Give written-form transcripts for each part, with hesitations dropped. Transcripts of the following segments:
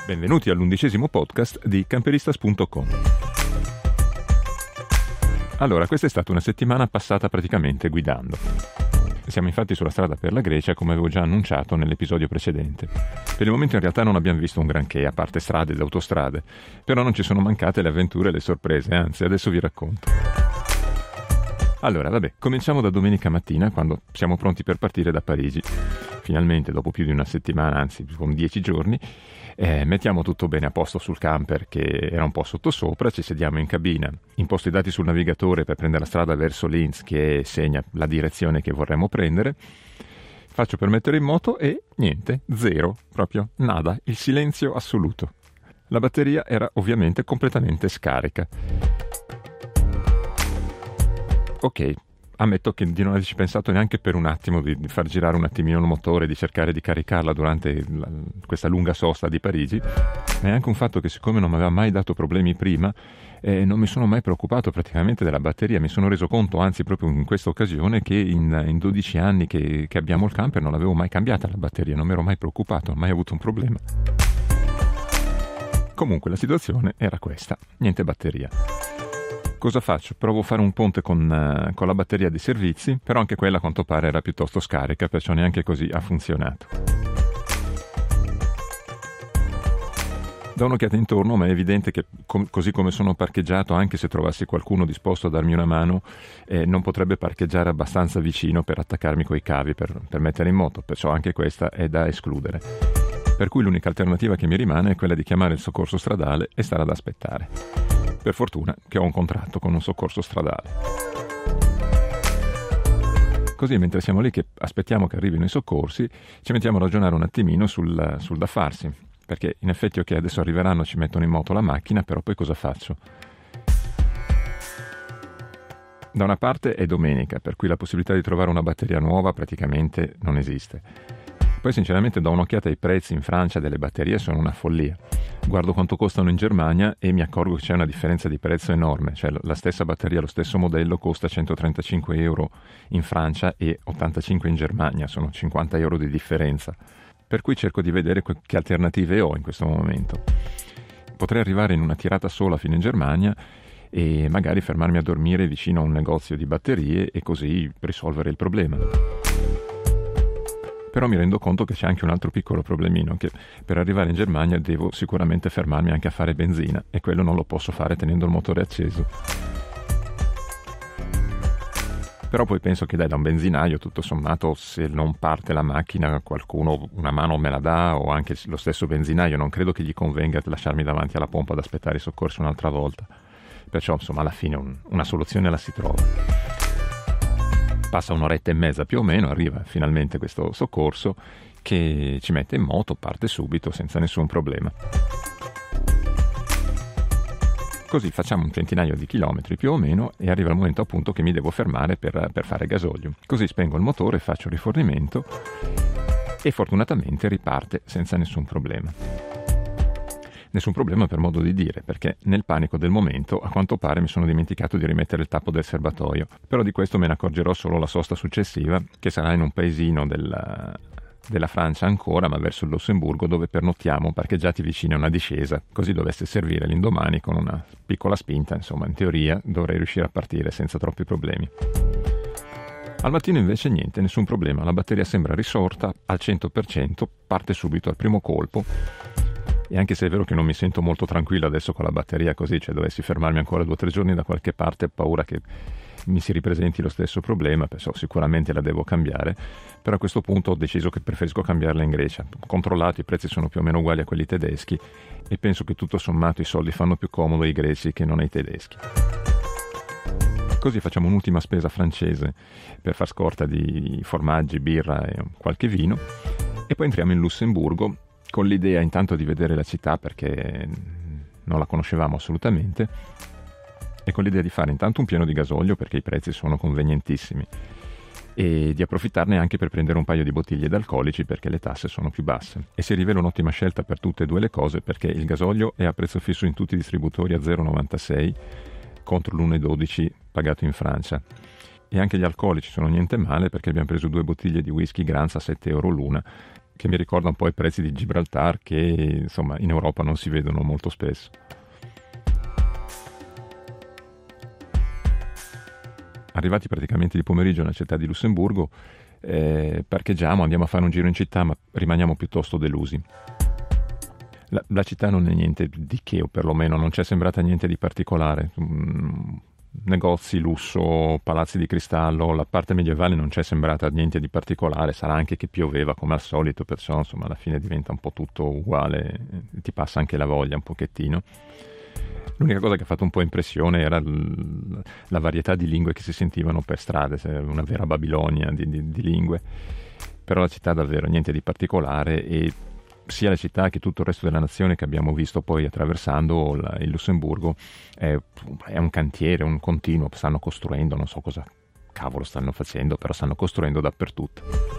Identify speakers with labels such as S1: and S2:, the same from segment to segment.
S1: Benvenuti all'11° podcast di Camperistas.com. Allora, questa è stata una settimana passata praticamente guidando. Siamo infatti sulla strada per la Grecia, come avevo già annunciato nell'episodio precedente. Per il momento in realtà non abbiamo visto un granché, a parte strade ed autostrade, però non ci sono mancate le avventure e le sorprese, anzi adesso vi racconto. Allora, cominciamo da domenica mattina, quando siamo pronti per partire da Parigi. Finalmente, dopo più di una settimana, anzi con 10 giorni, mettiamo tutto bene a posto sul camper che era un po' sottosopra, ci sediamo in cabina, imposto i dati sul navigatore per prendere la strada verso Linz che segna la direzione che vorremmo prendere, faccio per mettere in moto e niente, zero, proprio nada, il silenzio assoluto. La batteria era ovviamente completamente scarica. Ok, ammetto che di non averci pensato neanche per un attimo di far girare un attimino il motore, di cercare di caricarla durante questa lunga sosta di Parigi, ma è anche un fatto che siccome non mi aveva mai dato problemi prima, non mi sono mai preoccupato praticamente della batteria. Mi sono reso conto, anzi proprio in questa occasione, che in 12 anni che abbiamo il camper non l'avevo mai cambiata la batteria, non mi ero mai preoccupato, non ho mai avuto un problema. Comunque la situazione era questa, niente batteria. Cosa faccio? Provo a fare un ponte con la batteria dei servizi, però anche quella a quanto pare era piuttosto scarica, perciò neanche così ha funzionato. Da un'occhiata intorno, ma è evidente che così come sono parcheggiato, anche se trovassi qualcuno disposto a darmi una mano, non potrebbe parcheggiare abbastanza vicino per attaccarmi coi cavi per mettere in moto, perciò anche questa è da escludere. Per cui l'unica alternativa che mi rimane è quella di chiamare il soccorso stradale e stare ad aspettare. Per fortuna che ho un contratto con un soccorso stradale. Così mentre siamo lì che aspettiamo che arrivino i soccorsi, ci mettiamo a ragionare un attimino sul da farsi. Perché in effetti ok, adesso arriveranno, ci mettono in moto la macchina, però poi cosa faccio? Da una parte è domenica, per cui la possibilità di trovare una batteria nuova praticamente non esiste. Poi sinceramente do un'occhiata ai prezzi in Francia delle batterie, sono una follia. Guardo quanto costano in Germania e mi accorgo che c'è una differenza di prezzo enorme, cioè la stessa batteria, lo stesso modello costa 135 euro in Francia e 85 in Germania, sono 50 euro di differenza. Per cui cerco di vedere che alternative ho in questo momento. Potrei arrivare in una tirata sola fino in Germania e magari fermarmi a dormire vicino a un negozio di batterie e così risolvere il problema. Però mi rendo conto che c'è anche un altro piccolo problemino, che per arrivare in Germania devo sicuramente fermarmi anche a fare benzina e quello non lo posso fare tenendo il motore acceso. Però poi penso che da un benzinaio tutto sommato, se non parte la macchina, qualcuno una mano me la dà, o anche lo stesso benzinaio, non credo che gli convenga lasciarmi davanti alla pompa ad aspettare i soccorsi un'altra volta. Perciò insomma alla fine una soluzione la si trova. Passa un'oretta e mezza più o meno, arriva finalmente questo soccorso che ci mette in moto, parte subito senza nessun problema. Così facciamo un centinaio di chilometri più o meno e arriva il momento appunto che mi devo fermare per fare gasolio. Così spengo il motore, faccio il rifornimento e fortunatamente riparte senza nessun problema. Nessun problema per modo di dire, perché nel panico del momento a quanto pare mi sono dimenticato di rimettere il tappo del serbatoio, però di questo me ne accorgerò solo la sosta successiva, che sarà in un paesino della Francia ancora, ma verso il Lussemburgo, dove pernottiamo parcheggiati vicino a una discesa, così dovesse servire l'indomani con una piccola spinta, insomma in teoria dovrei riuscire a partire senza troppi problemi. Al mattino invece niente, nessun problema, la batteria sembra risorta al 100%, parte subito al primo colpo. E anche se è vero che non mi sento molto tranquillo adesso con la batteria così, cioè dovessi fermarmi ancora 2 o 3 giorni da qualche parte, ho paura che mi si ripresenti lo stesso problema, perciò sicuramente la devo cambiare, però a questo punto ho deciso che preferisco cambiarla in Grecia. Ho controllato, i prezzi sono più o meno uguali a quelli tedeschi e penso che tutto sommato i soldi fanno più comodo ai greci che non ai tedeschi. Così facciamo un'ultima spesa francese per far scorta di formaggi, birra e qualche vino e poi entriamo in Lussemburgo, con l'idea intanto di vedere la città perché non la conoscevamo assolutamente e con l'idea di fare intanto un pieno di gasolio perché i prezzi sono convenientissimi e di approfittarne anche per prendere un paio di bottiglie d'alcolici perché le tasse sono più basse. E si rivela un'ottima scelta per tutte e due le cose perché il gasolio è a prezzo fisso in tutti i distributori a 0,96 contro l'1,12 pagato in Francia E anche gli alcolici sono niente male, perché abbiamo preso 2 bottiglie di whisky Grants a 7 euro l'una, che mi ricorda un po' i prezzi di Gibraltar, che insomma in Europa non si vedono molto spesso. Arrivati praticamente di pomeriggio nella città di Lussemburgo, parcheggiamo, andiamo a fare un giro in città, ma rimaniamo piuttosto delusi. La città non è niente di che, o perlomeno non ci è sembrata niente di particolare. Negozi, lusso, palazzi di cristallo, la parte medievale non ci è sembrata niente di particolare, sarà anche che pioveva come al solito, perciò insomma alla fine diventa un po' tutto uguale, ti passa anche la voglia un pochettino. L'unica cosa che ha fatto un po' impressione era la varietà di lingue che si sentivano per strade, una vera Babilonia di lingue, però la città davvero niente di particolare, e sia la città che tutto il resto della nazione che abbiamo visto poi attraversando il Lussemburgo è un cantiere, un continuo, stanno costruendo, non so cosa cavolo stanno facendo, però stanno costruendo dappertutto.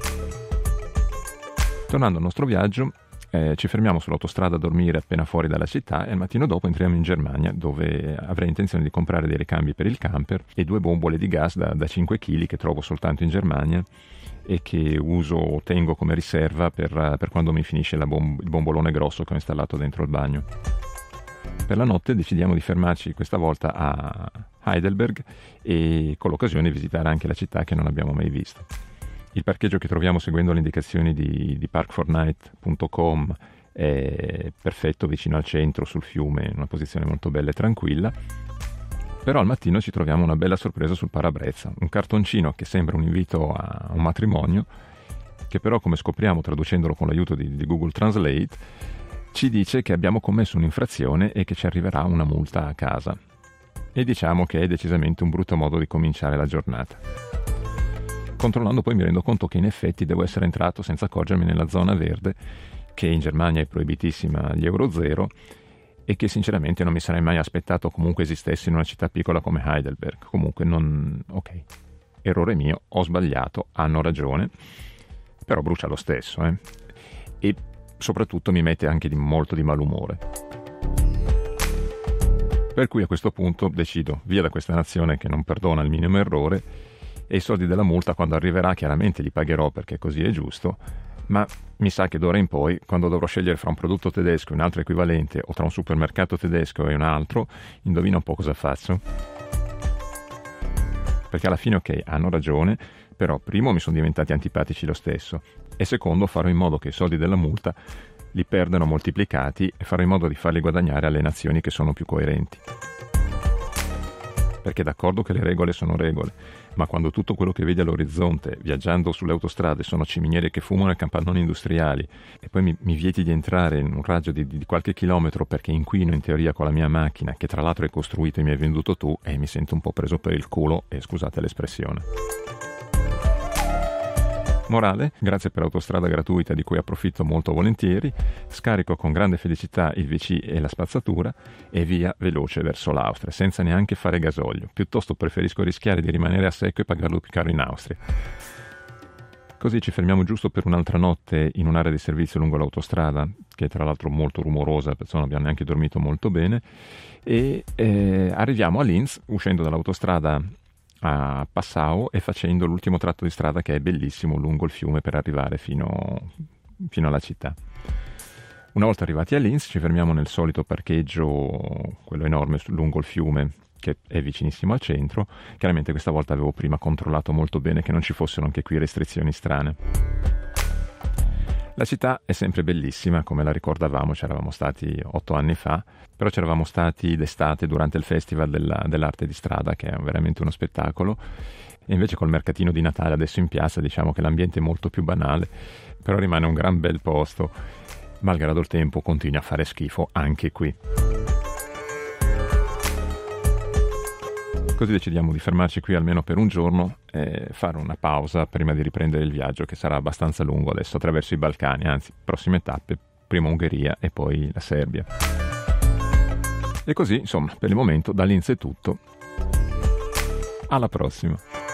S1: Tornando al nostro viaggio, ci fermiamo sull'autostrada a dormire appena fuori dalla città, e il mattino dopo entriamo in Germania, dove avrei intenzione di comprare dei ricambi per il camper e 2 bombole di gas da 5 kg che trovo soltanto in Germania e che tengo come riserva per quando mi finisce il bombolone grosso che ho installato dentro il bagno. Per la notte decidiamo di fermarci questa volta a Heidelberg e con l'occasione visitare anche la città che non abbiamo mai visto. Il parcheggio che troviamo seguendo le indicazioni di park4night.com è perfetto, vicino al centro, sul fiume, in una posizione molto bella e tranquilla. Però al mattino ci troviamo una bella sorpresa sul parabrezza, un cartoncino che sembra un invito a un matrimonio, che però, come scopriamo traducendolo con l'aiuto di Google Translate, ci dice che abbiamo commesso un'infrazione e che ci arriverà una multa a casa. E diciamo che è decisamente un brutto modo di cominciare la giornata. Controllando poi mi rendo conto che in effetti devo essere entrato senza accorgermi nella zona verde, che in Germania è proibitissima agli Euro 0, e che sinceramente non mi sarei mai aspettato comunque esistesse in una città piccola come Heidelberg. Comunque ok, errore mio, ho sbagliato, hanno ragione, però brucia lo stesso, e soprattutto mi mette anche molto di malumore. Per cui a questo punto decido, via da questa nazione che non perdona il minimo errore, e i soldi della multa quando arriverà chiaramente li pagherò, perché così è giusto, ma mi sa che d'ora in poi, quando dovrò scegliere fra un prodotto tedesco e un altro equivalente, o tra un supermercato tedesco e un altro, indovina un po' cosa faccio? Perché alla fine, ok, hanno ragione, però primo mi sono diventati antipatici lo stesso, e secondo farò in modo che i soldi della multa li perdano moltiplicati e farò in modo di farli guadagnare alle nazioni che sono più coerenti. Perché d'accordo che le regole sono regole, ma quando tutto quello che vedi all'orizzonte, viaggiando sulle autostrade, sono ciminiere che fumano e capannoni industriali, e poi mi vieti di entrare in un raggio di qualche chilometro perché inquino in teoria con la mia macchina, che tra l'altro hai costruito e mi hai venduto tu, e mi sento un po' preso per il culo, e scusate l'espressione. Morale, grazie per l'autostrada gratuita di cui approfitto molto volentieri, scarico con grande felicità il VC e la spazzatura e via veloce verso l'Austria, senza neanche fare gasolio. Piuttosto preferisco rischiare di rimanere a secco e pagarlo più caro in Austria. Così ci fermiamo giusto per un'altra notte in un'area di servizio lungo l'autostrada, che è tra l'altro molto rumorosa, perciò non abbiamo neanche dormito molto bene, e arriviamo a Linz, uscendo dall'autostrada a Passau e facendo l'ultimo tratto di strada, che è bellissimo, lungo il fiume per arrivare fino alla città. Una volta arrivati a Linz ci fermiamo nel solito parcheggio, quello enorme lungo il fiume, che è vicinissimo al centro. Chiaramente questa volta avevo prima controllato molto bene che non ci fossero anche qui restrizioni strane. La città è sempre bellissima, come la ricordavamo, c'eravamo stati 8 anni fa, però c'eravamo stati d'estate durante il Festival dell'arte di strada, che è veramente uno spettacolo, e invece col mercatino di Natale adesso in piazza diciamo che l'ambiente è molto più banale, però rimane un gran bel posto, malgrado il tempo continui a fare schifo anche qui. Così decidiamo di fermarci qui almeno per un giorno e fare una pausa prima di riprendere il viaggio, che sarà abbastanza lungo adesso attraverso i Balcani, anzi, prossime tappe, prima Ungheria e poi la Serbia. E così, insomma, per il momento da Linz è tutto. Alla prossima!